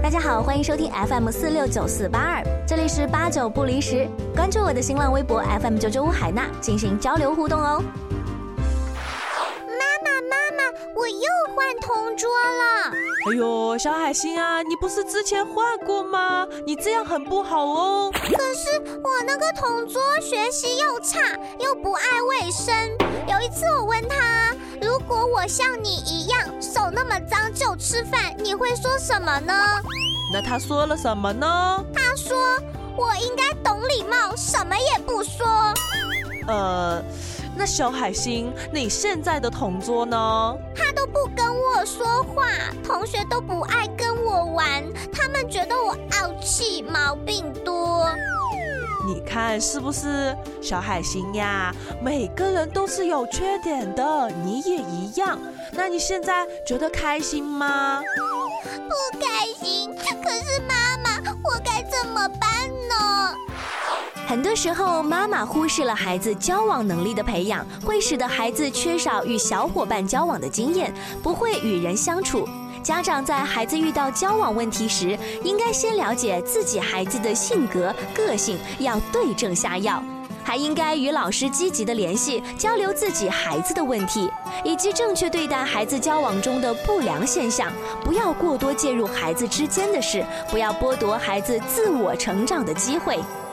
大家好，欢迎收听 FM469482，这里是89不离10，关注我的新浪微博 FM995海娜进行交流互动哦。 妈妈，我又换同桌了。 哎呦，小海星啊，你不是之前换过吗？你这样很不好哦。 可是我那个同桌学习又差，又不爱卫生。有一次我问他，如果我像你一样手那么脏就吃饭，你会说什么呢？ 那他说了什么呢？ 他说我应该懂礼貌，什么也不说。 那小海星，你现在的同桌呢？ 他都不跟我说话，同学都不爱跟我玩，他们觉得我傲气，毛病多。 你看是不是，小海星呀？每个人都是有缺点的，你也一样。那你现在觉得开心吗？ 不开心。可是妈妈，我该怎么办呢？ 很多时候，妈妈忽视了孩子交往能力的培养，会使得孩子缺少与小伙伴交往的经验，不会与人相处。家长在孩子遇到交往问题时，应该先了解自己孩子的性格、个性，要对症下药。还应该与老师积极的联系，交流自己孩子的问题，以及正确对待孩子交往中的不良现象，不要过多介入孩子之间的事，不要剥夺孩子自我成长的机会。